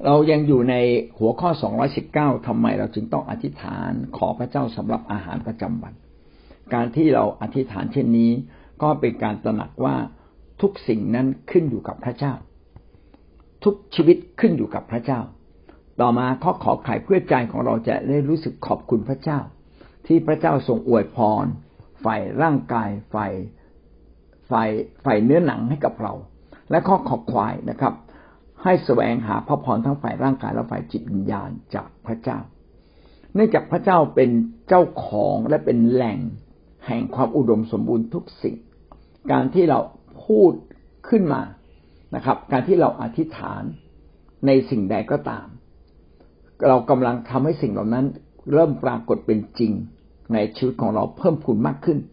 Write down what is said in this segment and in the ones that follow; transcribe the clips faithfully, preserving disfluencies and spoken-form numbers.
เรายังอยู่ในหัวข้อสองร้อยสิบเก้าทำไมเราจึงต้องอธิษฐานขอพระเจ้าสำหรับอาหารประจำวันการที่เราอธิษฐานเช่นนี้ก็เป็นการตระหนักว่าทุกสิ่งนั้นขึ้นอยู่กับพระเจ้าทุกชีวิตขึ้นอยู่กับพระเจ้าต่อมาข้อขอไข่เพื่อใจของเราจะได้รู้สึกขอบคุณพระเจ้าที่พระเจ้าทรงอวยพรฝ่ายร่างกายฝ่ายฝ่ายฝ่ายเนื้อหนังให้กับเราและข้อขอควายนะครับให้แสวงหาพระพรทั้งฝ่ายร่างกายและฝ่ายจิตวิญญาณจากพระเจ้าเนื่องจากพระเจ้าเป็นเจ้าของและเป็นแหล่งแห่งความอุดมสมบูรณ์ทุกสิ่งการที่เราพูดขึ้นมานะครับการที่เราอธิษฐานในสิ่งใดก็ตามเรากำลังทำให้สิ่งเหล่านั้นเริ่มปรากฏเป็นจริงในชีวิตของเราเพิ่มพูนมากขึ้น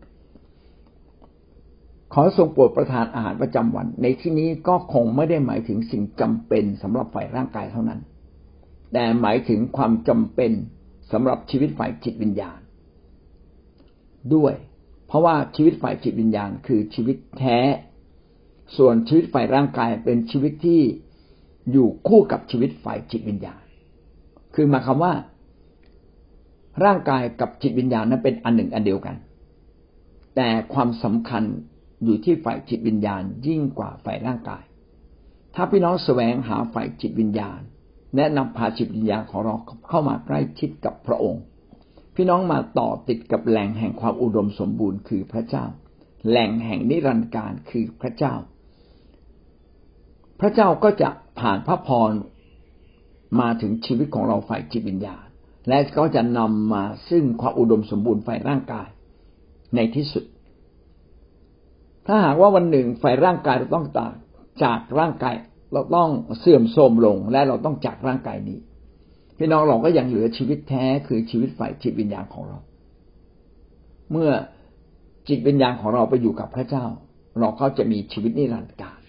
ขอทรงโปรดประทานอาหารประจำวันในที่นี้ก็คงไม่ได้หมายถึงสิ่งจำเป็นสำหรับฝ่ายร่างกายเท่านั้นแต่หมายถึงความจำเป็นสำหรับชีวิตฝ่ายจิตวิญญาณด้วยเพราะว่าชีวิตฝ่ายจิตวิญญาณคือชีวิตแท้ส่วนชีวิตฝ่ายร่างกายเป็นชีวิตที่อยู่คู่กับชีวิตฝ่ายจิตวิญญาณคือหมายความว่าร่างกายกับจิตวิญญาณนั้นเป็นอันหนึ่งอันเดียวกันแต่ความสำคัญอยู่ที่ฝ่ายจิตวิญญาณยิ่งกว่าฝ่ายร่างกายถ้าพี่น้องแสวงหาฝ่ายจิตวิญญาณแนะนำพาจิตวิญญาณของเราเข้ามาใกล้ชิดกับพระองค์พี่น้องมาต่อติดกับแหล่งแห่งความอุดมสมบูรณ์คือพระเจ้าแหล่งแห่งนิรันดร์การคือพระเจ้าพระเจ้าก็จะผ่านพระพรมาถึงชีวิตของเราฝ่ายจิตวิญญาณและก็จะนำมาซึ่งความอุดมสมบูรณ์ฝ่ายร่างกายในที่สุดถ้าหากว่าวันหนึ่งฝ่ายร่างกายเราต้องจากร่างกายเราต้องเสื่อมโทรมลงและเราต้องจากร่างกายนี้พี่น้องเราก็ยังเหลือชีวิตแท้คือชีวิตฝ่ายจิตวิญญาณของเราเมื่อจิตวิญญาณของเราไปอยู่กับพระเจ้าเราก็จะมีชีวิตนิรันดร์การ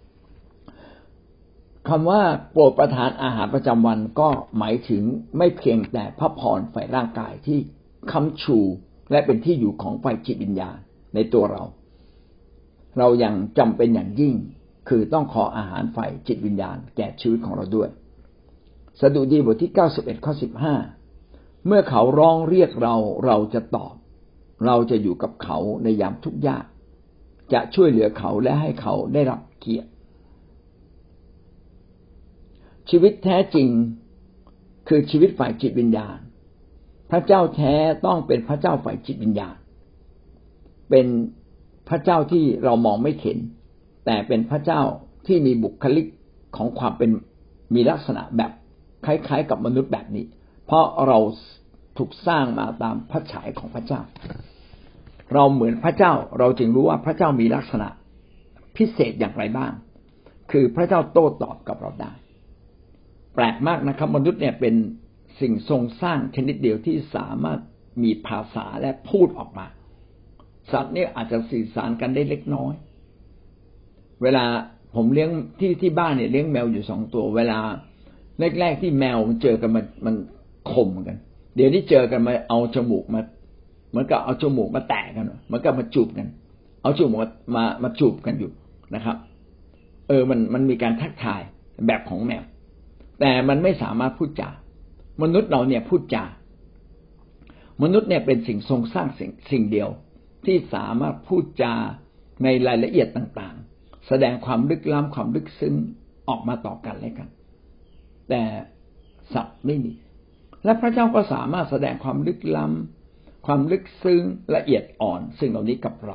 คำว่าโปรดประทานอาหารประจำวันก็หมายถึงไม่เพียงแต่พระพรฝ่ายร่างกายที่ค้ำชูและเป็นที่อยู่ของฝ่ายจิตวิญญาณในตัวเราเรายังจำเป็นอย่างยิ่งคือต้องขออาหารฝ่ายจิตวิญญาณแก่ชีวิตของเราด้วยสดุดีบทที่เก้าสิบเอ็ดข้อสิบห้าเมื่อเขาร้องเรียกเราเราจะตอบเราจะอยู่กับเขาในยามทุกข์ยากจะช่วยเหลือเขาและให้เขาได้รับเกียรติชีวิตแท้จริงคือชีวิตฝ่ายจิตวิญญาณพระเจ้าแท้ต้องเป็นพระเจ้าฝ่ายจิตวิญญาณเป็นพระเจ้าที่เรามองไม่เห็นแต่เป็นพระเจ้าที่มีบุคลิกของความเป็นมีลักษณะแบบคล้ายๆกับมนุษย์แบบนี้เพราะเราถูกสร้างมาตามพระฉายของพระเจ้าเราเหมือนพระเจ้าเราจึงรู้ว่าพระเจ้ามีลักษณะพิเศษอย่างไรบ้างคือพระเจ้าโต้ตอบกับเราได้แปลกมากนะครับมนุษย์เนี่ยเป็นสิ่งทรงสร้างชนิดเดียวที่สามารถมีภาษาและพูดออกมาสัตว์เนี่ยอาจจะสื่อสารกันได้เล็กน้อยเวลาผมเลี้ยงที่ที่บ้านเนี่ยเลี้ยงแมวอยู่สองตัวเวลาแรกๆที่แมวมันเจอกันมันมันข่มกันเดี๋ยวนี้เจอกันมาเอาจมูกมาเหมือนกับเอาจมูกมาแตะกันเหมือนกับมาจูบกันเอาจมูกมามามาจูบกันอยู่นะครับเออมันมันมีการทักทายแบบของแมวแต่มันไม่สามารถพูดจามนุษย์เราเนี่ยพูดจามนุษย์เนี่ยเป็นสิ่งทรงสร้างสิ่งสิ่งเดียวที่สามารถพูดจาในรายละเอียดต่างๆแสดงความลึกล้ำความลึกซึ้งออกมาต่อกันและกันแต่สัตว์ไม่มีและพระเจ้าก็สามารถแสดงความลึกล้ำความลึกซึ้งละเอียดอ่อนสิ่งเหล่านี้กับเรา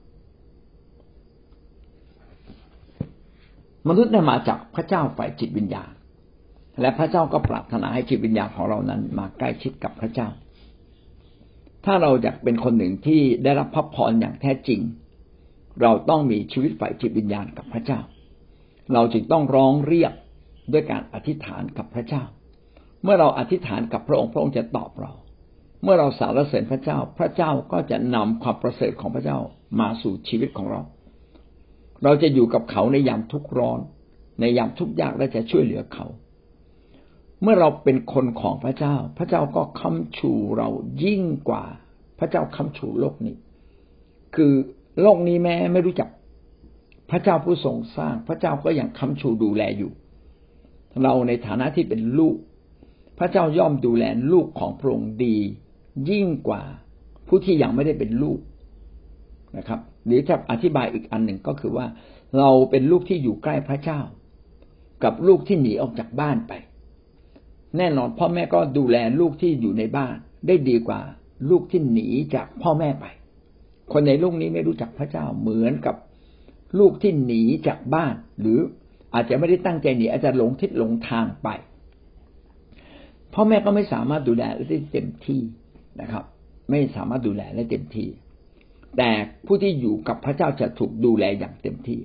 มนุษย์ได้มาจากพระเจ้าฝ่ายจิตวิญญาณและพระเจ้าก็ปรารถนาให้จิตวิญญาณของเรานั้นมาใกล้ชิดกับพระเจ้าถ้าเราอยากเป็นคนหนึ่งที่ได้รับพระพรอย่างแท้จริงเราต้องมีชีวิตฝ่ายจิตวิญญาณกับพระเจ้าเราจึงต้องร้องเรียกด้วยการอธิษฐานกับพระเจ้าเมื่อเราอธิษฐานกับพระองค์พระองค์จะตอบเราเมื่อเราสรรเสริญพระเจ้าพระเจ้าก็จะนำความประเสริฐของพระเจ้ามาสู่ชีวิตของเราเราจะอยู่กับเขาในยามทุกข์ร้อนในยามทุกข์ยากและจะช่วยเหลือเขาเมื่อเราเป็นคนของพระเจ้าพระเจ้าก็ค้ำชูเรายิ่งกว่าพระเจ้าค้ำชูโลกนี้คือโลกนี้แม้ไม่รู้จักพระเจ้าผู้ทรงสร้างพระเจ้าก็ยังค้ำชูดูแลอยู่เราในฐานะที่เป็นลูกพระเจ้าย่อมดูแลลูกของพระองค์ดียิ่งกว่าผู้ที่ยังไม่ได้เป็นลูกนะครับหรือจะอธิบายอีกอันหนึ่งก็คือว่าเราเป็นลูกที่อยู่ใกล้พระเจ้ากับลูกที่หนีออกจากบ้านไปแน่นอนพ่อแม่ก็ดูแลลูกที่อยู่ในบ้านได้ดีกว่าลูกที่หนีจากพ่อแม่ไปคนในโลกนี้ไม่รู้จักพระเจ้าเหมือนกับลูกที่หนีจากบ้านหรืออาจจะไม่ได้ตั้งใจหนีอาจจะหลงทิศหลงทางไปพ่อแม่ก็ไม่สามารถดูแลได้เต็มที่นะครับไม่สามารถดูแลได้เต็มที่แต่ผู้ที่อยู่กับพระเจ้าจะถูกดูแลอย่างเต็มที่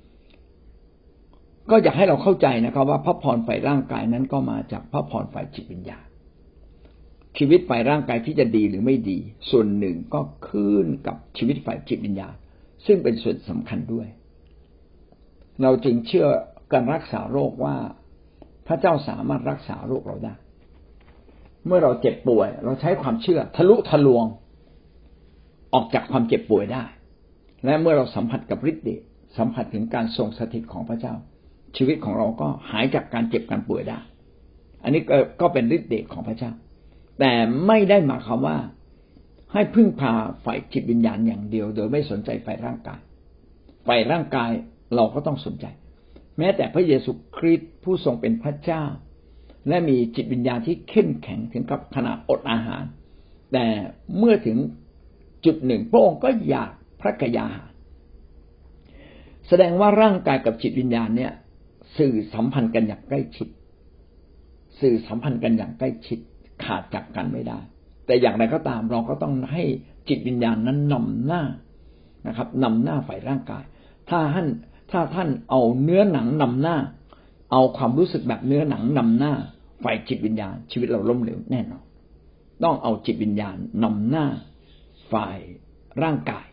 ก็อยากให้เราเข้าใจนะครับว่าพระพรฝ่ายร่างกายนั้นก็มาจากพระพรฝ่ายจิตวิญญาณชีวิตฝ่ายร่างกายที่จะดีหรือไม่ดีส่วนหนึ่งก็ขึ้นกับชีวิตฝ่ายจิตวิญญาณซึ่งเป็นส่วนสำคัญด้วยเราจึงเชื่อการรักษาโรคว่าพระเจ้าสามารถรักษาโรคเราได้เมื่อเราเจ็บป่วยเราใช้ความเชื่อทะลุทะลวงออกจากความเจ็บป่วยได้และเมื่อเราสัมผัสกับฤทธิ์เดชสัมผัสถึงการทรงสถิตของพระเจ้าชีวิตของเราก็หายจากการเจ็บการป่วยได้อันนี้ก็เป็นฤทธิ์เดชของพระเจ้าแต่ไม่ได้หมายความว่าให้พึ่งพาฝ่ายจิตวิญญาณอย่างเดียวโดยไม่สนใจฝ่ายร่างกายฝ่ายร่างกายเราก็ต้องสนใจแม้แต่พระเยซูคริสต์ผู้ทรงเป็นพระเจ้าและมีจิตวิญญาณที่เข้มแข็งถึงกับขนาดอดอาหารแต่เมื่อถึงจุดหนึ่งพระองค์ก็อยากพระกยาหารแสดงว่าร่างกายกับจิตวิญญาณเนี่ยสื่อสัมพันธ์กันอย่างใกล้ชิดสื่อสัมพันธ์กันอย่างใกล้ชิดขาดจากกันไม่ได้แต่อย่างไรก็ตามเราก็ต้องให้จิตวิญญาณนั้นนำหน้านะครับนำหน้าฝ่ายร่างกายถ้าท่านถ้าท่านเอาเนื้อหนังนำหน้าเอาความรู้สึกแบบเนื้อหนังนำหน้าฝ่ายจิตวิญญาณชีวิตเราล้มเหลวแน่นอนต้องเอาจิตวิญญาณนำหน้าฝ่ายร่างกาย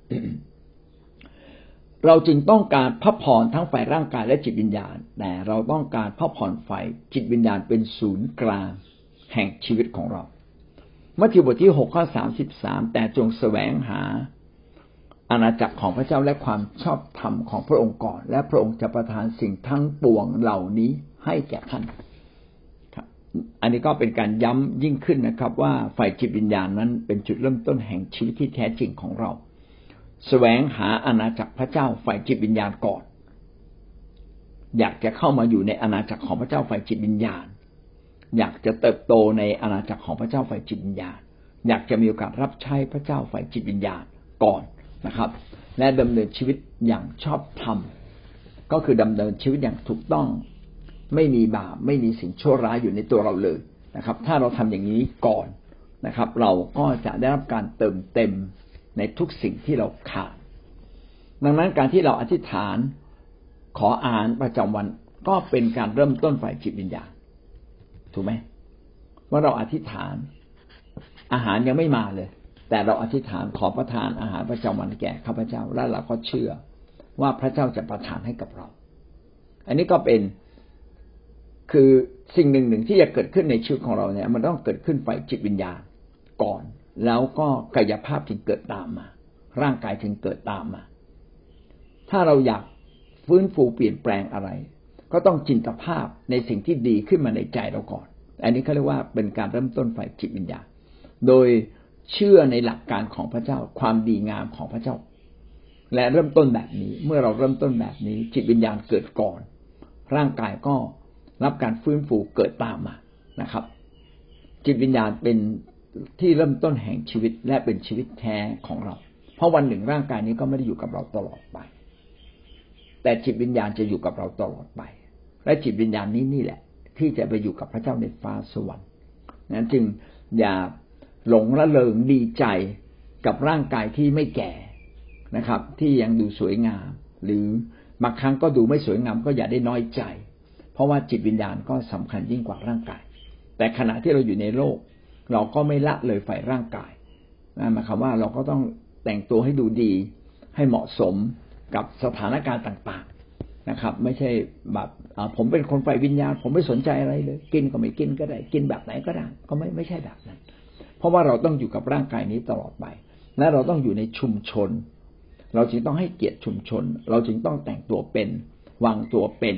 เราจึงต้องการพระพรทั้งฝ่ายร่างกายและจิตวิญญาณแต่เราต้องการพระพรฝ่ายจิตวิญญาณเป็นศูนย์กลางแห่งชีวิตของเรามัทธิวบทที่หกข้อสามสิบสามแต่จงแสวงหาอาณาจักรของพระเจ้าและความชอบธรรมของพระองค์ก่อนและพระองค์จะประทานสิ่งทั้งปวงเหล่านี้ให้แก่ท่านครับอันนี้ก็เป็นการย้ำยิ่งขึ้นนะครับว่าฝ่ายจิตวิญญาณนั้นเป็นจุดเริ่มต้นแห่งชีวิตที่แท้จริงของเราแสวงหาอาณาจักรพระเจ้าฝ่ายจิตวิญญาณก่อนอยากจะเข้ามาอยู่ในอาณาจักรของพระเจ้าฝ่ายจิตวิญญาณอยากจะเติบโตในอาณาจักรของพระเจ้าฝ่ายจิตวิญญาณอยากจะมีโอกาสรับใช้พระเจ้าฝ่ายจิตวิญญาณก่อนนะครับและดำเนินชีวิตอย่างชอบธรรมก็คือดำเนินชีวิตอย่างถูกต้องไม่มีบาปไม่มีสิ่งชั่วร้ายอยู่ในตัวเราเลยนะครับถ้าเราทำอย่างนี้ก่อนนะครับเราก็จะได้รับการเติมเต็มในทุกสิ่งที่เราขาดดังนั้นการที่เราอธิษฐานขออาหารประจำวันก็เป็นการเริ่มต้นฝ่ายจิตวิญญาณถูกไหมว่าเราอธิษฐานอาหารยังไม่มาเลยแต่เราอธิษฐานขอประทานอาหารประจำวันแก่ข้าพเจ้าและเราก็เชื่อว่าพระเจ้าจะประทานให้กับเราอันนี้ก็เป็นคือสิ่งหนึ่งหนึ่งที่จะเกิดขึ้นในชีวิตของเราเนี่ยมันต้องเกิดขึ้นฝ่ายจิตวิญญาณก่อนแล้วก็กายภาพถึงเกิดตามมาร่างกายถึงเกิดตามมาถ้าเราอยากฟื้นฟูเปลี่ยนแปลงอะไรก็ต้องจินตภาพในสิ่งที่ดีขึ้นมาในใจเราก่อนอันนี้เขาเรียกว่าเป็นการเริ่มต้นฝ่ายจิตวิญญาณโดยเชื่อในหลักการของพระเจ้าความดีงามของพระเจ้าและเริ่มต้นแบบนี้เมื่อเราเริ่มต้นแบบนี้จิตวิญญาณเกิดก่อนร่างกายก็รับการฟื้นฟูเกิดตามมานะครับจิตวิญญาณเป็นที่เริ่มต้นแห่งชีวิตและเป็นชีวิตแท้ของเราเพราะวันหนึ่งร่างกายนี้ก็ไม่ได้อยู่กับเราตลอดไปแต่จิตวิญญาณจะอยู่กับเราตลอดไปและจิตวิญญาณนี้นี่แหละที่จะไปอยู่กับพระเจ้าในฟ้าสวรรค์นั้นจึงอย่าหลงระเริงดีใจกับร่างกายที่ไม่แก่นะครับที่ยังดูสวยงามหรือบางครั้งก็ดูไม่สวยงามก็อย่าได้น้อยใจเพราะว่าจิตวิญญาณก็สำคัญยิ่งกว่าร่างกายแต่ขณะที่เราอยู่ในโลกเราก็ไม่ละเลยฝ่ายร่างกายนั่นหมายความว่าเราก็ต้องแต่งตัวให้ดูดีให้เหมาะสมกับสถานการณ์ต่างๆนะครับไม่ใช่แบบผมเป็นคนฝ่ายวิญญาณผมไม่สนใจอะไรเลยกินก็ไม่กินก็ได้กินแบบไหนก็ได้ก็ไม่ไม่ใช่แบบนั้นเพราะว่าเราต้องอยู่กับร่างกายนี้ตลอดไปและเราต้องอยู่ในชุมชนเราจึงต้องให้เกียรติชุมชนเราจึงต้องแต่งตัวเป็นวางตัวเป็น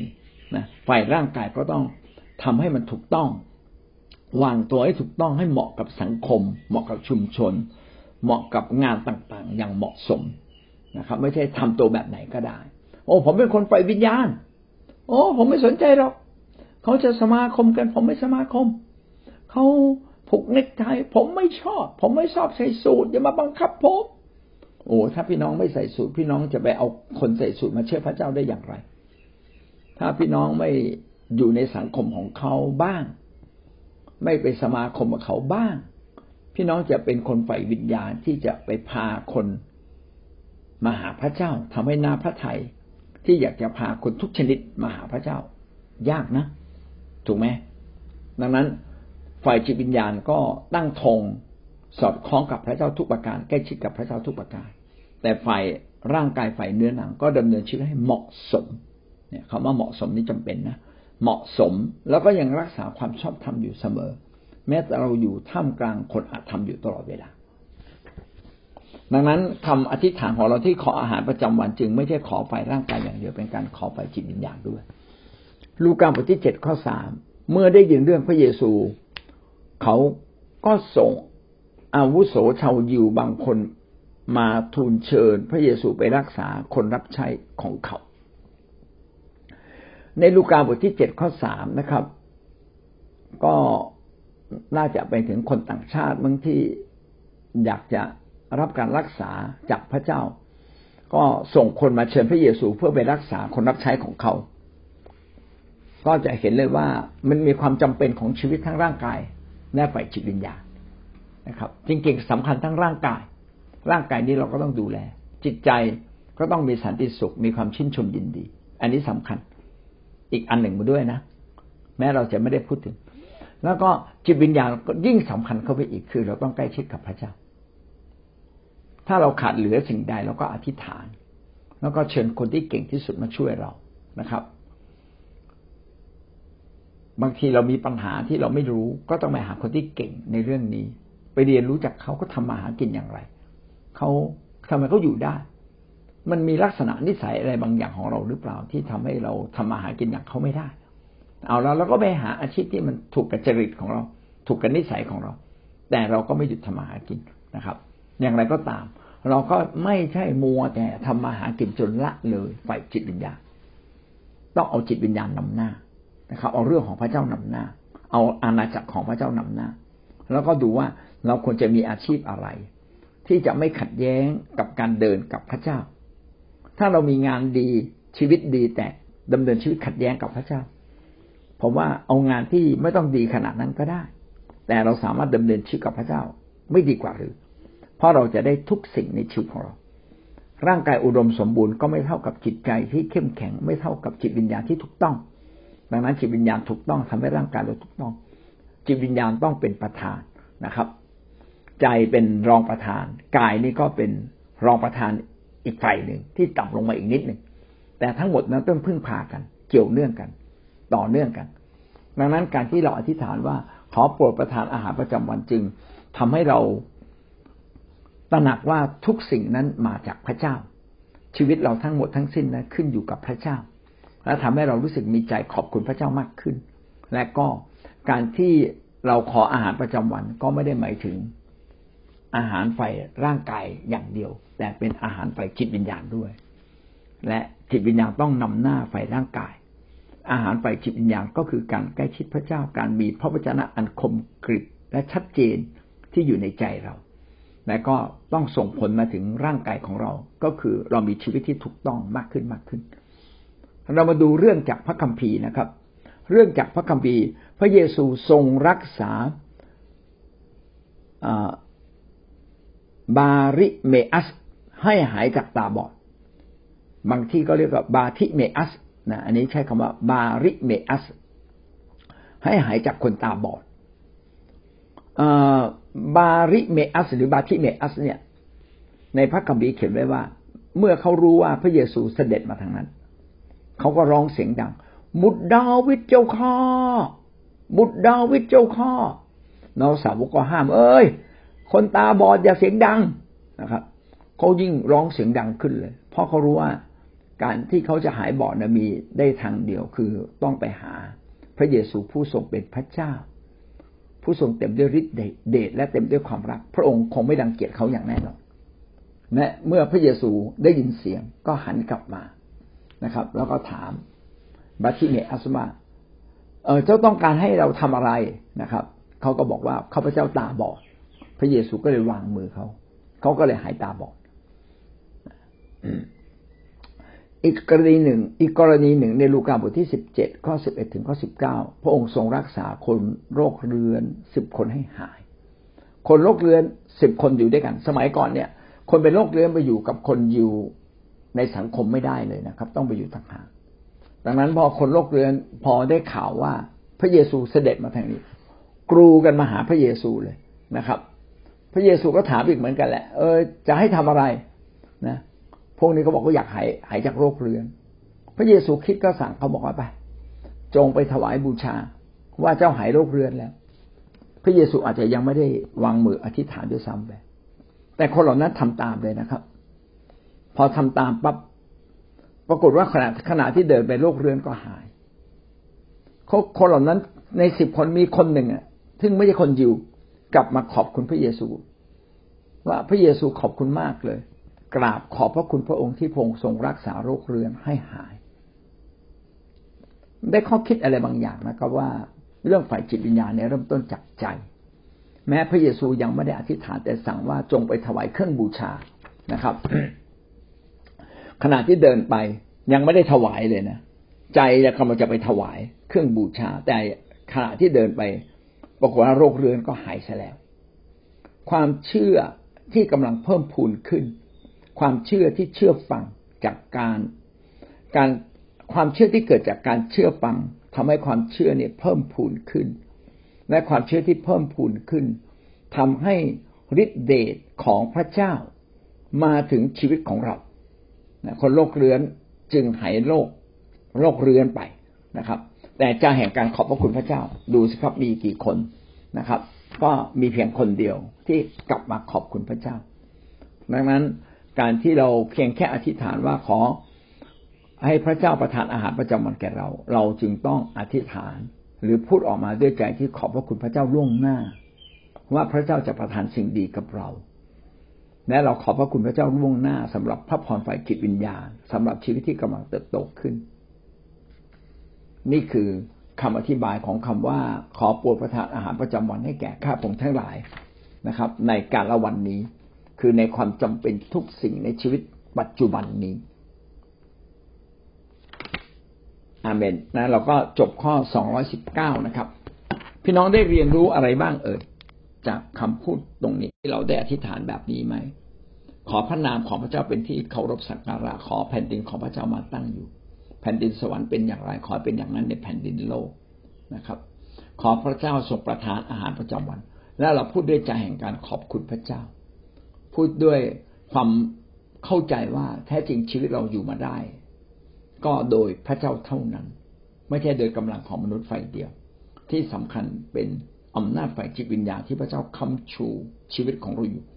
นะฝ่ายร่างกายก็ต้องทำให้มันถูกต้องวางตัวให้ถูกต้องให้เหมาะกับสังคมเหมาะกับชุมชนเหมาะกับงานต่างๆอย่างเหมาะสมนะครับไม่ใช่ทำตัวแบบไหนก็ได้โอ้ผมเป็นคนฝ่ายวิญญาณโอ้ผมไม่สนใจหรอกเขาจะสมาคมกันผมไม่สมาคมเขาผูกเนคไทผมไม่ชอบผมไม่ชอบใส่สูทอย่ามาบังคับผมโอ้ถ้าพี่น้องไม่ใส่สูทพี่น้องจะไปเอาคนใส่สูทมาเชื่อพระเจ้าได้อย่างไรถ้าพี่น้องไม่อยู่ในสังคมของเขาบ้างไม่ไปสมาคมกับเขาบ้างพี่น้องจะเป็นคนฝ่ายวิญญาณที่จะไปพาคนมาหาพระเจ้าทำให้น่าพระทัยที่อยากจะพาคนทุกชนิดมาหาพระเจ้ายากนะถูกไหมดังนั้นฝ่ายจิตวิญญาณก็ตั้งธงสอดคล้องกับพระเจ้าทุกประการใกล้ชิดกับพระเจ้าทุกประการแต่ฝ่ายร่างกายฝ่ายเนื้อหนังก็ดำเนินชีวิตให้เหมาะสมเนี่ยคำว่าเหมาะสมนี่จำเป็นนะเหมาะสมแล้วก็ยังรักษาความชอบธรรมอยู่เสมอแม้แต่เราอยู่ท่ามกลางคนอธรรมอยู่ตลอดเวลาดังนั้นคำอธิษฐานของเราที่ขออาหารประจำวันจึงไม่ใช่ขอฝ่ายร่างกายอย่างเดียวเป็นการขอฝ่ายจิตวิญญาณด้วยลูกาบทที่เจ็ดข้อสามเมื่อได้ยินเรื่องพระเยซูเขาก็ส่งอาวุโสชาวยิวบางคนมาทูลเชิญพระเยซูไปรักษาคนรับใช้ของเขาในลูกาบทที่เจ็ดข้อสามนะครับก็น่าจะไปถึงคนต่างชาติบางที่อยากจะรับการรักษาจากพระเจ้าก็ส่งคนมาเชิญพระเยซูเพื่อไปรักษาคนรับใช้ของเขาก็จะเห็นเลยว่ามันมีความจำเป็นของชีวิตทั้งร่างกายและฝ่ายจิตวิญญาณนะครับจริงๆสำคัญทั้งร่างกายร่างกายนี้เราก็ต้องดูแลจิตใจก็ต้องมีสันติสุขมีความชื่นชมยินดีอันนี้สำคัญอีกอันหนึ่งมาด้วยนะแม้เราจะไม่ได้พูดถึงแล้วก็จิตวิญญาณก็ยิ่งสำคัญเข้าไปอีกคือเราต้องใกล้ชิดกับพระเจ้าถ้าเราขาดเหลือสิ่งใดเราก็อธิษฐานแล้วก็เชิญคนที่เก่งที่สุดมาช่วยเรานะครับบางทีเรามีปัญหาที่เราไม่รู้ก็ต้องไปหาคนที่เก่งในเรื่องนี้ไปเรียนรู้จากเขาก็ทำมาหากินอย่างไรเขาทำไมเขาอยู่ได้มันมีลักษณะนิสัยอะไรบางอย่างของเราหรือเปล่าที่ทำให้เราทำมาหากินอย่างเขาไม่ได้เอาแล้วเราก็ไปหาอาชีพที่มันถูกกับจริตของเราถูกกับนิสัยของเราแต่เราก็ไม่หยุดทำมาหากินนะครับอย่างไรก็ตามเราก็ไม่ใช่มัวแต่ทำมาหากินจนละเลยฝ่ายจิตวิญญาณต้องเอาจิตวิญญาณนำหน้านะครับเอาเรื่องของพระเจ้านำหน้าเอาอาณาจักรของพระเจ้านำหน้าแล้วก็ดูว่าเราควรจะมีอาชีพอะไรที่จะไม่ขัดแย้งกับการเดินกับพระเจ้าถ้าเรามีงานดีชีวิตดีแต่ดำเนินชีวิตขัดแย้งกับพระเจ้าผมว่าเอางานที่ไม่ต้องดีขนาดนั้นก็ได้แต่เราสามารถดำเนินชีวิตกับพระเจ้าไม่ดีกว่าหรือเพราะเราจะได้ทุกสิ่งในชีวิตของเราร่างกายอุดมสมบูรณ์ก็ไม่เท่ากับจิตใจที่เข้มแข็งไม่เท่ากับจิตวิญญาณที่ถูกต้องดังนั้นจิตวิญญาณถูกต้องทำให้ร่างกายเราถูกต้องจิตวิญญาณต้องเป็นประธานนะครับใจเป็นรองประธานกายนี่ก็เป็นรองประธานอีกฝ่ายหนึ่งที่ต่ำลงมาอีกนิดหนึ่งแต่ทั้งหมดนั้นต้องพึ่งพากันเกี่ยวเนื่องกันต่อเนื่องกันดังนั้นการที่เราอธิษฐานว่าขอโปรดประทานอาหารประจำวันจึงทำให้เราตระหนักว่าทุกสิ่งนั้นมาจากพระเจ้าชีวิตเราทั้งหมดทั้งสิ้นนั้นขึ้นอยู่กับพระเจ้าและทำให้เรารู้สึกมีใจขอบคุณพระเจ้ามากขึ้นและก็การที่เราขออาหารประจำวันก็ไม่ได้หมายถึงอาหารฝ่ายร่างกายอย่างเดียวแต่เป็นอาหารฝ่ายจิตวิญญาณด้วยและจิตวิญญาณต้องนำหน้าฝ่ายร่างกายอาหารฝ่ายจิตวิญญาณก็คือการใกล้ชิดพระเจ้าการมีพระวจนะอันคมกริบและชัดเจนที่อยู่ในใจเราและก็ต้องส่งผลมาถึงร่างกายของเราก็คือเรามีชีวิตที่ถูกต้องมากขึ้นมากขึ้นเรามาดูเรื่องจากพระคัมภีร์นะครับเรื่องจากพระคัมภีร์พระเยซูทรงรักษาบาริเมอัสให้หายจากตาบอดบางที่ก็เรียกว่าบาทิเมอัสนะอันนี้ใช้คำว่าบาริเมอัสให้หายจากคนตาบอดบาริเมอัสหรือบาทิเมอัสเนี่ยในพระคัมภีร์เขียนไว้ว่าเมื่อเขารู้ว่าพระเยซูเสด็จมาทางนั้นเขาก็ร้องเสียงดังบุตรดาวิดเจ้าข้าบุตรดาวิดเจ้าข้าเราสาวกก็ห้ามเอ้ยคนตาบอดอย่าเสียงดังนะครับเขายิ่งร้องเสียงดังขึ้นเลยเพราะเขารู้ว่าการที่เขาจะหายบอดนะมีได้ทางเดียวคือต้องไปหาพระเยซูผู้ทรงเป็นพระเจ้าผู้ทรงเต็มด้วยฤทธิ์เดชและเต็มด้วยความรักพระองค์คงไม่รังเกียจเขาอย่างแน่นอนและเมื่อพระเยซูได้ยินเสียงก็หันกลับมานะครับแล้วก็ถามบาติเมอัสมาเออเจ้าต้องการให้เราทำอะไรนะครับเขาก็บอกว่าข้าพเจ้าตาบอดพระเยซูก็เลยวางมือเขาเขาก็เลยหายตาบอดอีกกรณีหนึ่งอีกกรณีหนึ่งในลูกาบทที่สิบเจ็ดข้อสิบเอ็ดถึงข้อสิบเก้าพระองค์ทรงรักษาคนโรคเรื้อนสิบคนให้หายคนโรคเรื้อนสิบคนอยู่ด้วยกันสมัยก่อนเนี่ยคนเป็นโรคเรื้อนไปอยู่กับคนอยู่ในสังคมไม่ได้เลยนะครับต้องไปอยู่ต่างหากดังนั้นพอคนโรคเรื้อนพอได้ข่าวว่าพระเยซูเสด็จมาทางนี้กรูกันมาหาพระเยซูเลยนะครับพระเยซูก็ถามอีกเหมือนกันแหละเออจะให้ทำอะไรนะพวกนี้เขาบอกว่าอยากหายหายจากโรคเรื้อนพระเยซูคิดก็สั่งเขาบอกว่าไปจงไปถวายบูชาว่าเจ้าหายโรคเรื้อนแล้วพระเยซูอาจจะยังไม่ได้วางมืออธิษฐานด้วยซ้ำไปแต่คนเหล่านั้นทำตามเลยนะครับพอทำตามปั๊บปรากฏว่าขณะขณะที่เดินไปโรคเรื้อนก็หายคนเหล่านั้นในสิบคนมีคนหนึ่งอ่ะซึ่งไม่ใช่คนยิวกลับมาขอบคุณพระเยซูว่าพระเยซูขอบคุณมากเลยกราบขอบพระคุณพระองค์ที่พระองค์ทรงรักษาโรคเรื้อนให้หายได้ข้อคิดอะไรบางอย่างนะครับว่าเรื่องฝ่ายจิตวิญญาณเนี่ยเริ่มต้นจากใจแม้พระเยซูยังไม่ได้อธิษฐานแต่สั่งว่าจงไปถวายเครื่องบูชานะครับ ขณะที่เดินไปยังไม่ได้ถวายเลยนะใจกำลังจะไปถวายเครื่องบูชาแต่ขณะที่เดินไปปรากฏว่าโรคเรื้อนก็หายซะแล้วความเชื่อที่กำลังเพิ่มพูนขึ้นความเชื่อที่เชื่อฟังจากการการความเชื่อที่เกิดจากการเชื่อฟังทำให้ความเชื่อเนี่ยเพิ่มพูนขึ้นและความเชื่อที่เพิ่มพูนขึ้นทำให้ฤทธิเดชของพระเจ้ามาถึงชีวิตของเราคนโรคเรื้อนจึงหายโรคโรคเรื้อนไปนะครับแต่ใจแห่งการขอบพระคุณพระเจ้าดูสิครับมีกี่คนนะครับก็มีเพียงคนเดียวที่กลับมาขอบคุณพระเจ้าดังนั้นการที่เราเพียงแค่อธิษฐานว่าขอให้พระเจ้าประทานอาหารประจำวันแก่เราเราจึงต้องอธิษฐานหรือพูดออกมาด้วยใจที่ขอบพระคุณพระเจ้าล่วงหน้าว่าพระเจ้าจะประทานสิ่งดีกับเราและเราขอบพระคุณพระเจ้าล่วงหน้าสำหรับพระพรฝ่ายจิตวิญญาณสำหรับชีวิตที่กำลังเติบโตขึ้นนี่คือคำอธิบายของคำว่าขอโปรดประทานอาหารประจำวันให้แก่ข้าพงทั้งหลายนะครับในกาลวันนี้คือในความจำเป็นทุกสิ่งในชีวิตปัจจุบันนี้อาเมนนะเราก็จบข้อสองร้อยสิบเก้านะครับพี่น้องได้เรียนรู้อะไรบ้างเอ่ยจากคำพูดตรงนี้ที่เราได้อธิษฐานแบบนี้ไหมขอพระนามของพระเจ้าเป็นที่เคารพสักการะขอแผ่นดินของพระเจ้ามาตั้งอยู่แผ่นดินสวรรค์เป็นอย่างไรขอเป็นอย่างนั้นในแผ่นดินโลกนะครับขอพระเจ้าทรงประทานอาหารประจำวันและเราพูดด้วยใจแห่งการขอบคุณพระเจ้าพูดด้วยความเข้าใจว่าแท้จริงชีวิตเราอยู่มาได้ก็โดยพระเจ้าเท่านั้นไม่ใช่โดยกำลังของมนุษย์ฝ่ายเดียวที่สำคัญเป็นอำนาจฝ่ายจิตวิญญาณที่พระเจ้าค้ำชูชีวิตของเราอยู่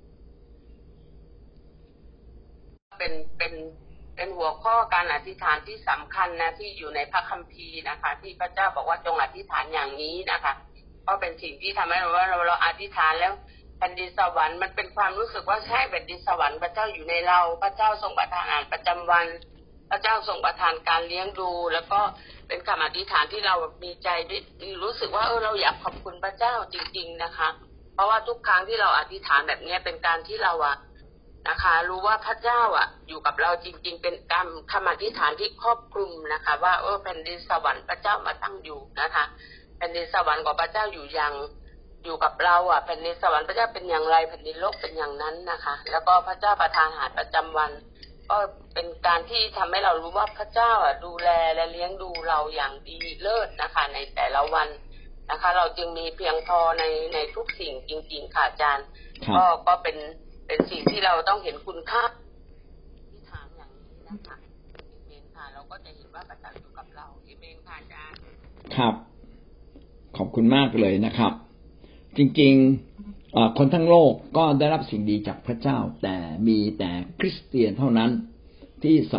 เป็นเป็นเป็นหัวข้อการอธิษฐานที่สำคัญนะที่อยู่ในพระคัมภีร์นะคะที่พระเจ้าบอกว่าจงอธิษฐานอย่างนี้นะคะก็เป็นสิ่งที่ทำให้เราว่าเราเราอธิษฐานแล้วแผ่นดินสวรรค์มันเป็นความรู้สึกว่าใช่แผ่นดินสวรรค์พระเจ้าอยู่ในเราพระเจ้าทรงประทานอาหารประจำวันพระเจ้าทรงประทานการเลี้ยงดูแล้วก็เป็นคำอธิษฐานที่เรามีใจรู้สึกว่าเออเราอยากขอบคุณพระเจ้าจริงๆนะคะเพราะว่าทุกครั้งที่เราอธิษฐานแบบนี้เป็นการที่เราอะนะคะรู้ว่าพระเจ้าอ่ะอยู่กับเราจริงๆเป็นคำคำอธิษฐานที่ครอบคลุมนะคะว่าเออแผ่นดินสวรรค์พระเจ้ามาตั้งอยู่นะคะแผ่นดินสวรรค์ของพระเจ้าอยู่ยังอยู่กับเราอ่ะแผ่นดินสวรรค์พระเจ้าเป็นอย่างไรแผ่นดินโลกเป็นอย่างนั้นนะคะแล้วก็พระเจ้าประทานอาหารประจำวันก็เป็นการที่ทำให้เรารู้ว่าพระเจ้าอ่ะดูแลและเลี้ยงดูเราอย่างดีเลิศนะคะในแต่ละวันนะคะเราจึงมีเพียงพอในในทุกสิ่งจริงๆค่ะอาจารย์ก็ก็เป็นเป็นสิ่งที่เราต้องเห็นคุณค่าที่ฐานอย่างนี้นะคะเอเมนค่ะเราก็จะเห็นว่าพระเจ้าอยู่กับเราเอเมนค่ะอาจารย์ครับขอบคุณมากเลยนะครับจริงๆคนทั้งโลกก็ได้รับสิ่งดีจากพระเจ้าแต่มีแต่คริสเตียนเท่านั้นที่สำนึก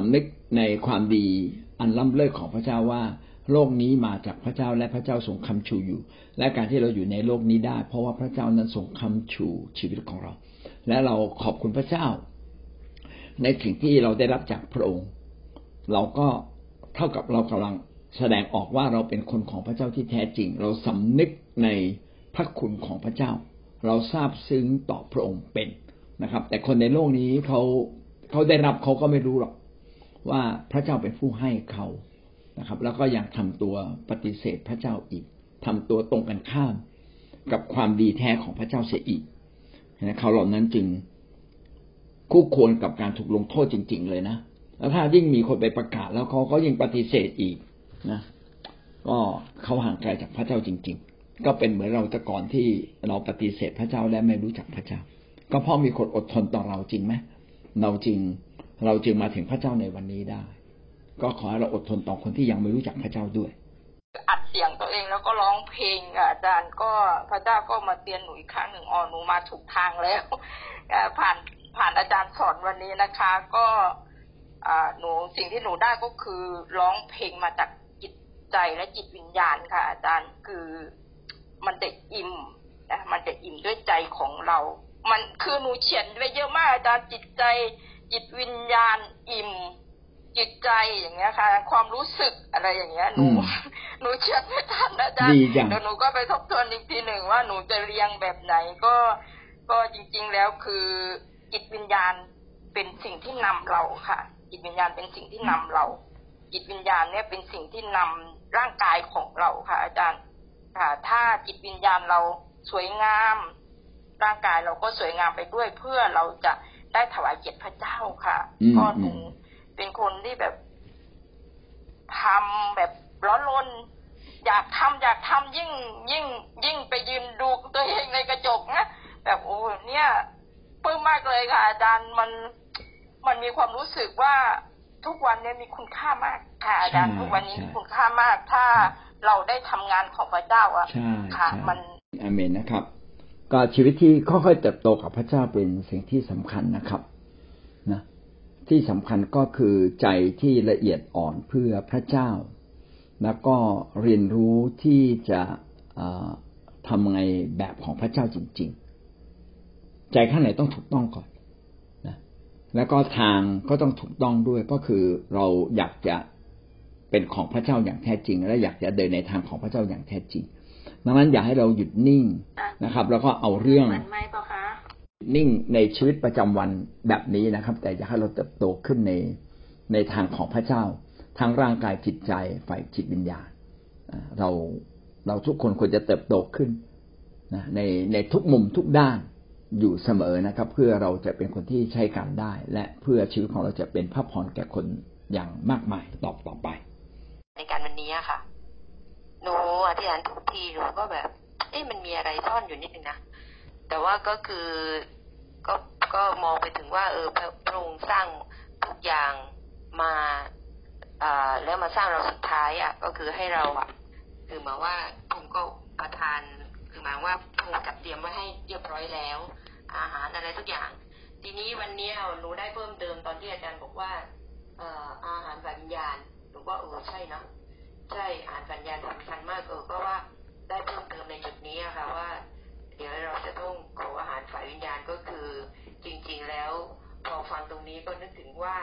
ในความดีอันล้ำเลิศของพระเจ้าว่าโลกนี้มาจากพระเจ้าและพระเจ้าทรงค้ำชูอยู่และการที่เราอยู่ในโลกนี้ได้เพราะว่าพระเจ้านั้นทรงค้ำชูชีวิตของเราและเราขอบคุณพระเจ้าในสิ่งที่เราได้รับจากพระองค์เราก็เท่ากับเรากำลังแสดงออกว่าเราเป็นคนของพระเจ้าที่แท้จริงเราสำนึกในพระคุณของพระเจ้าเราซาบซึ้งต่อพระองค์เป็นนะครับแต่คนในโลกนี้เขาเขาได้รับเขาก็ไม่รู้หรอกว่าพระเจ้าเป็นผู้ให้เขานะครับแล้วก็ยังทำตัวปฏิเสธพระเจ้าอีกทำตัวตรงกันข้ามกับความดีแท้ของพระเจ้าเสียอีกนะเขาเหล่านั้นจึงคู่ควรกับการถูกลงโทษจริงๆเลยนะแล้วถ้ายิ่งมีคนไปประกาศแล้วเขาก็ยิ่งปฏิเสธอีกนะก็เขาห่างไกลจากพระเจ้าจริงๆก็เป็นเหมือนเราแต่ก่อนที่เราปฏิเสธพระเจ้าและไม่รู้จักพระเจ้าก็เพราะมีคนอดทนต่อเราจริงไหมเราจริงเราจึงมาถึงพระเจ้าในวันนี้ได้ก็ขอให้เราอดทนต่อคนที่ยังไม่รู้จักพระเจ้าด้วยอัดเสียงตัวเองแล้วก็ร้องเพลงอาจารย์ก็พระเจ้าก็มาเตือนหนูอีกครั้งหนึ่งอ๋อหนูมาถูกทางแล้วผ่านผ่านอาจารย์สอนวันนี้นะคะก็หนูสิ่งที่หนูได้ก็คือร้องเพลงมาจากจิตใจและจิตวิญญาณค่ะอาจารย์คือมันจะอิ่มนะมันจะอิ่มด้วยใจของเรามันคือหนูเขียนไว้เยอะมากอาจารย์จิตใจจิตวิญญาณอิ่มจิตใจอย่างเงี้ยค่ะความรู้สึกอะไรอย่างเงี้ยหนูหนูเขียนไม่ทันอาจารย์เดี๋ยวหนูก็ไปทบทวนอีกทีหนึ่งว่าหนูจะเรียงแบบไหนก็ก็จริงๆแล้วคือจิตวิญญาณเป็นสิ่งที่นำเราค่ะจิตวิญญาณเป็นสิ่งที่นำเราจิตวิญญาณเนี่ยเป็นสิ่งที่นำร่างกายของเราค่ะอาจารย์ค่ะถ้าจิตวิญญาณเราสวยงามร่างกายเราก็สวยงามไปด้วยเพื่อเราจะได้ถวายเกียรติพระเจ้าค่ะก็หนูเป็นคนที่แบบทำแบบร้อนรนอยากทำอยากทำยิ่งยิ่งยิ่งไปยืนดูตัวเองในกระจกนะแบบโอ้เนี่ยปลื้มมากเลยค่ะอาจารย์มันมันมีความรู้สึกว่าทุกวันนี้มีคุณค่ามากค่ะอาจารย์ทุกวันนี้มีคุณค่ามากถ้าเราได้ทำงานของพระเจ้าอ่ะค่ะมันอาเมนนะครับก็ชีวิตที่ค่อยๆเติบโตกับพระเจ้าเป็นสิ่งที่สำคัญนะครับนะที่สำคัญก็คือใจที่ละเอียดอ่อนเพื่อพระเจ้าแล้วก็เรียนรู้ที่จะทำในแบบของพระเจ้าจริงๆใจข้างในต้องถูกต้องก่อนนะแล้วก็ทางก็ต้องถูกต้องด้วยก็คือเราอยากจะเป็นของพระเจ้าอย่างแท้จริงและอยากจะเดินในทางของพระเจ้าอย่างแท้จริงดังนั้นอย่าให้เราหยุดนิ่งนะครับแล้วก็เอาเรื่องนิ่งในชีวิตประจำวันแบบนี้นะครับแต่อยากให้เราเติบโตขึ้นในในทางของพระเจ้าทั้งร่างกายจิตใจฝ่ายจิตวิญญาณเราเราทุกคนควรจะเติบโตขึ้นนะในในทุกมุมทุกด้านอยู่เสมอนะครับเพื่อเราจะเป็นคนที่ใช้การได้และเพื่อชีวิตของเราจะเป็นพระพรแก่คนอย่างมากมายต่อต่อไปในการวันนี้ค่ะหนูอธิษฐานทุกทีหนูก็แบบเอ๊ะมันมีอะไรซ่อนอยู่นิดนึงนะแต่ว่าก็คือก็ก็มองไปถึงว่าเออพระองค์สร้างทุกอย่างมาอ่าแล้วมาสร้างเราสุดท้ายอ่ะก็คือให้เราอ่ะคือหมายว่าพระองค์ก็ประทานคือหมายว่าพระองค์จัดเตรียมไว้ให้เรียบร้อยแล้วอาหารอะไรทุกอย่างทีนี้วันนี้หนูได้เพิ่มเติมตอนที่อาจารย์บอกว่าเอ่ออาหารฝ่ายวิญญาณหนูก็เออใช่นะใช่อาหารฝ่ายวิญญาณสำคัญมากเออก็ว่าได้เพิ่มเติมในจุดนี้อะค่ะว่าเดี๋ยวเราจะต้องขออาหารฝ่ายวิญญาณก็คือจริงๆแล้วพอฟังตรงนี้ก็นึกถึงว่า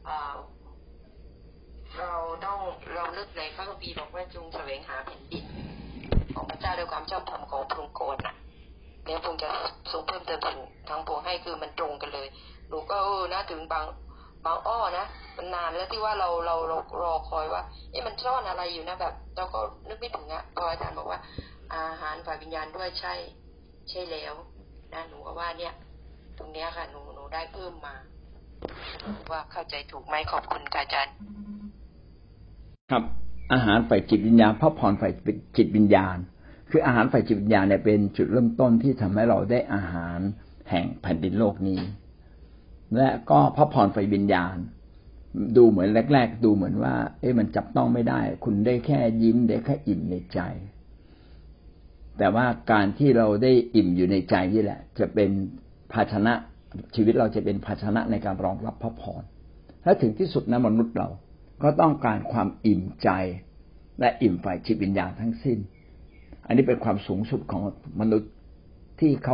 เราต้องเรานึกในพระคัมภีร์บอกว่าจงแสวงหาแผ่นดินของพระเจ้าด้วยความชอบธรรมของพระองค์ก่อนนะแล้วพระองค์จะทรงเพิ่มเติมสิ่งทั้งปวงให้คือมันตรงกันเลยหนูก็เออนะถึงบางบางอ้อนะมันนานแล้วที่ว่าเราเราเรารอคอยว่าเอ๊ะมันซ่อนอะไรอยู่นะแบบเราก็นึกไม่ถึงอ่ะพออาจารย์บอกว่าอาหารฝ่ายวิญญาณด้วยใช่ใช่แล้วนะหนูก็ว่าเนี่ยตรงเนี้ยค่ะหนูหนูได้เพิ่มมาว่าเข้าใจถูกไหมขอบคุณอาจารย์ครับอาหารฝ่ายจิตวิญญาณพระพรฝ่ายจิตวิญญาณคืออาหารฝ่ายจิตวิญญาณเนี่ยเป็นจุดเริ่มต้นที่ทำให้เราได้อาหารแห่งแผ่นดินโลกนี้และก็พระพรฝ่ายวิญญาณดูเหมือนแรกๆดูเหมือนว่าเอ๊ะมันจับต้องไม่ได้คุณได้แค่ยิ้มได้แค่อิ่มในใจแต่ว่าการที่เราได้อิ่มอยู่ในใจนี่แหละจะเป็นภาชนะชีวิตเราจะเป็นภาชนะในการรองรับพระพรถ้และถึงที่สุดนะมนุษย์เราก็ต้องการความอิ่มใจและอิ่มฝ่ายจิตวิญญาณทั้งสิ้นอันนี้เป็นความสูงสุดของมนุษย์ที่เขา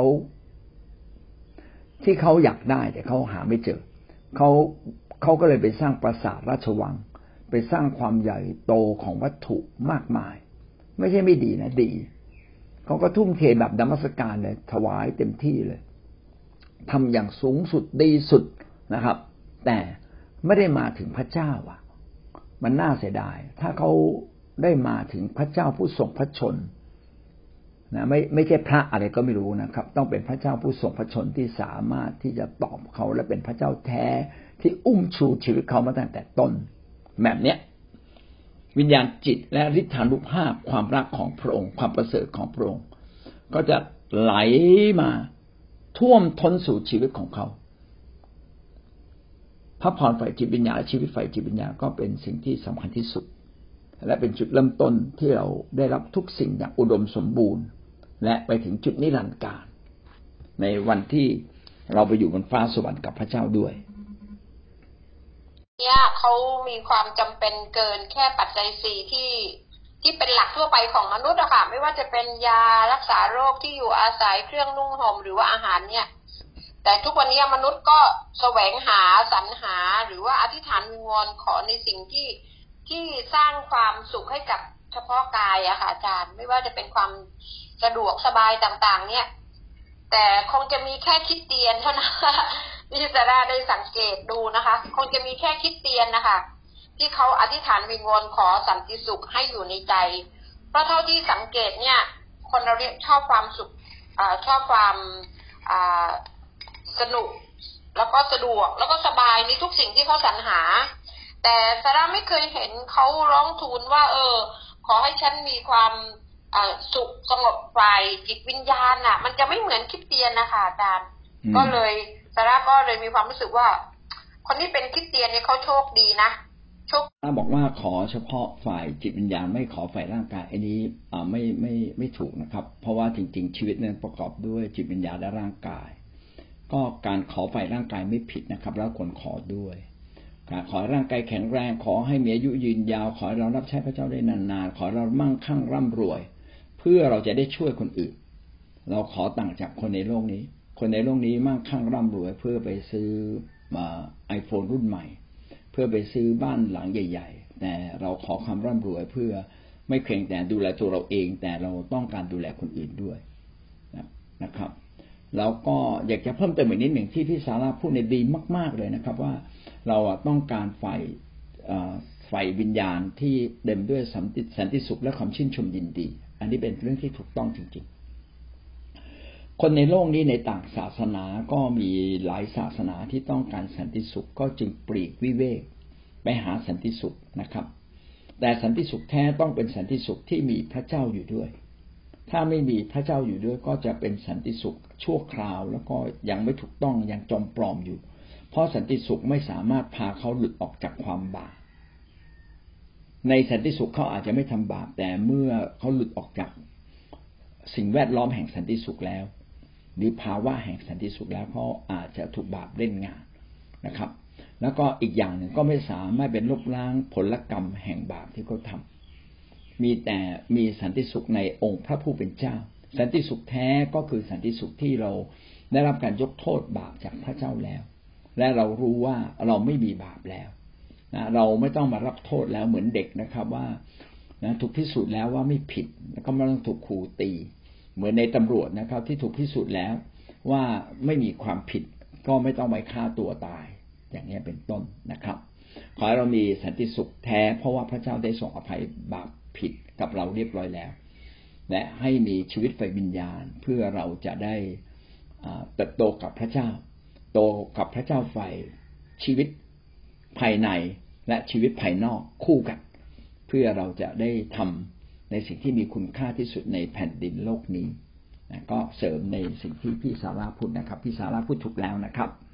ที่เขาอยากได้แต่เขาหาไม่เจอเขาเขาก็เลยไปสร้างปราสาทราชวังไปสร้างความใหญ่โตของวัตถุมากมายไม่ใช่ไม่ดีนะดีเขาก็ทุ่มเทแบบนมัสการเลยถวายเต็มที่เลยทำอย่างสูงสุดดีสุดนะครับแต่ไม่ได้มาถึงพระเจ้าอ่ะมันน่าเสียดายถ้าเขาได้มาถึงพระเจ้าผู้ทรงพระชนนะไม่ไม่ใช่พระอะไรก็ไม่รู้นะครับต้องเป็นพระเจ้าผู้ทรงพระชนที่สามารถที่จะตอบเขาและเป็นพระเจ้าแท้ที่อุ้มชูชีวิตเขามาตั้งแต่ต้นแบบเนี้ยวิญญาณจิตและฤทธานุภาพความรักของพระองค์ความประเสริฐของพระองค์ก็จะไหลมาท่วมท้นสู่ชีวิตของเขาพระพรฝ่ายจิตวิญญาณและชีวิตฝ่ายจิตวิญญาณก็เป็นสิ่งที่สำคัญที่สุดและเป็นจุดเริ่มต้นที่เราได้รับทุกสิ่งอย่างอุดมสมบูรณ์และไปถึงจุดนิรันดร์กาลในวันที่เราไปอยู่บนฟ้าสวรรค์กับพระเจ้าด้วยเนี่ยเขามีความจำเป็นเกินแค่ปัจจัยสี่ที่ที่เป็นหลักทั่วไปของมนุษย์อะค่ะไม่ว่าจะเป็นยารักษาโรคที่อยู่อาศัยเครื่องนุ่งห่มหรือว่าอาหารเนี่ยแต่ทุกวันนี้มนุษย์ก็แสวงหาสรรหาหรือว่าอธิษฐานวิงวอนขอในสิ่งที่ที่สร้างความสุขให้กับเฉพาะกายอะค่ะอาจารย์ไม่ว่าจะเป็นความสะดวกสบายต่างๆเนี่ยแต่คงจะมีแค่คริสเตียนเท่านั้นที่จะได้สังเกตดูนะคะคงจะมีแค่คริสเตียนนะคะที่เขาอธิษฐานวิงวอนขอสันติสุขให้อยู่ในใจเพราะเท่าที่สังเกตเนี่ยคนเราเนี่ยชอบความสุขอ่าชอบความอ่าสนุกแล้วก็สะดวกแล้วก็สบายในทุกสิ่งที่เขาสรรหาแต่ซาร่าไม่เคยเห็นเขาร้องทูลว่าเออขอให้ฉันมีความสุขสงบฝ่ายจิตวิญญาณน่ะมันจะไม่เหมือนคริสเตียนนะคะอาจารย์ก็เลยซาร่าก็เลยมีความรู้สึกว่าคนที่เป็นคริสเตียนเนี่ยเขาโชคดีนะโชคซาร่าบอกว่าขอเฉพาะฝ่ายจิตวิญญาณไม่ขอฝ่ายร่างกายอันนี้อ่าไม่ไม่ไม่ถูกนะครับเพราะว่าจริงๆชีวิตนั้นประกอบด้วยจิตวิญญาณและร่างกายก็การขอฝ่ายร่างกายไม่ผิดนะครับแล้วควรขอด้วยการขอร่างกายแข็งแรงขอให้มีอายุยืนยาวขอให้เรารับใช้พระเจ้าได้นานๆขอเรามั่งคั่งร่ำรวยเพื่อเราจะได้ช่วยคนอื่นเราขอต่างจากคนในโลกนี้คนในโลกนี้มั่งคั่งร่ำรวยเพื่อไปซื้อมาไอโฟนรุ่นใหม่เพื่อไปซื้อบ้านหลังใหญ่ๆแต่เราขอความร่ำรวยเพื่อไม่เพียงแต่ดูแลตัวเราเองแต่เราต้องการดูแลคนอื่นด้วยนะครับแล้วก็อยากจะเพิ่มเติมอีกนิดหนึ่งที่พี่ซาร่าพูดในดีมากๆเลยนะครับว่าเราต้องการฝ่ายฝ่ายวิญญาณที่เต็มด้วยสันติสันติสุขและความชื่นชมยินดีอันนี้เป็นเรื่องที่ถูกต้องจริงๆคนในโลกนี้ในต่างศาสนาก็มีหลายศาสนาที่ต้องการสันติสุขก็จึงปลีกวิเวกไปหาสันติสุขนะครับแต่สันติสุขแท้ต้องเป็นสันติสุขที่มีพระเจ้าอยู่ด้วยถ้าไม่มีพระเจ้าอยู่ด้วยก็จะเป็นสันติสุขชั่วคราวแล้วก็ยังไม่ถูกต้องยังจอมปลอมอยู่เพราะสันติสุขไม่สามารถพาเขาหลุดออกจากความบาปในสันติสุขเขาอาจจะไม่ทำบาปแต่เมื่อเขาหลุดออกจากสิ่งแวดล้อมแห่งสันติสุขแล้วหรือภาวะแห่งสันติสุขแล้วเขาอาจจะถูกบาปเล่นงานนะครับแล้วก็อีกอย่างหนึ่งก็ไม่สามารถเป็นลบล้างผลกรรมแห่งบาปที่เขาทำมีแต่มีสันติสุขในองค์พระผู้เป็นเจ้าสันติสุขแท้ก็คือสันติสุขที่เราได้รับการยกโทษบาปจากพระเจ้าแล้วและเรารู้ว่าเราไม่มีบาปแล้วนะเราไม่ต้องมารับโทษแล้วเหมือนเด็กนะครับว่านะถูกพิสูจน์แล้วว่าไม่ผิดแล้วก็ไม่ต้องถูกครูตีเหมือนในตำรวจนะครับที่ถูกพิสูจน์แล้วว่าไม่มีความผิดก็ไม่ต้องไปฆ่าตัวตายอย่างนี้เป็นต้นนะครับขอให้เรามีสันติสุขแท้เพราะว่าพระเจ้าได้ทรงอภัยบาปผิดกับเราเรียบร้อยแล้วและให้มีชีวิตฝ่ายวิญญาณเพื่อเราจะได้เติบโตกับพระเจ้าโตกับพระเจ้าฝ่ายชีวิตภายในและชีวิตภายนอกคู่กันเพื่อเราจะได้ทำในสิ่งที่มีคุณค่าที่สุดในแผ่นดินโลกนี้ก็เสริมในสิ่งที่พี่ซาร่าพูดนะครับพี่ซาร่าพูดถูกแล้วนะครับ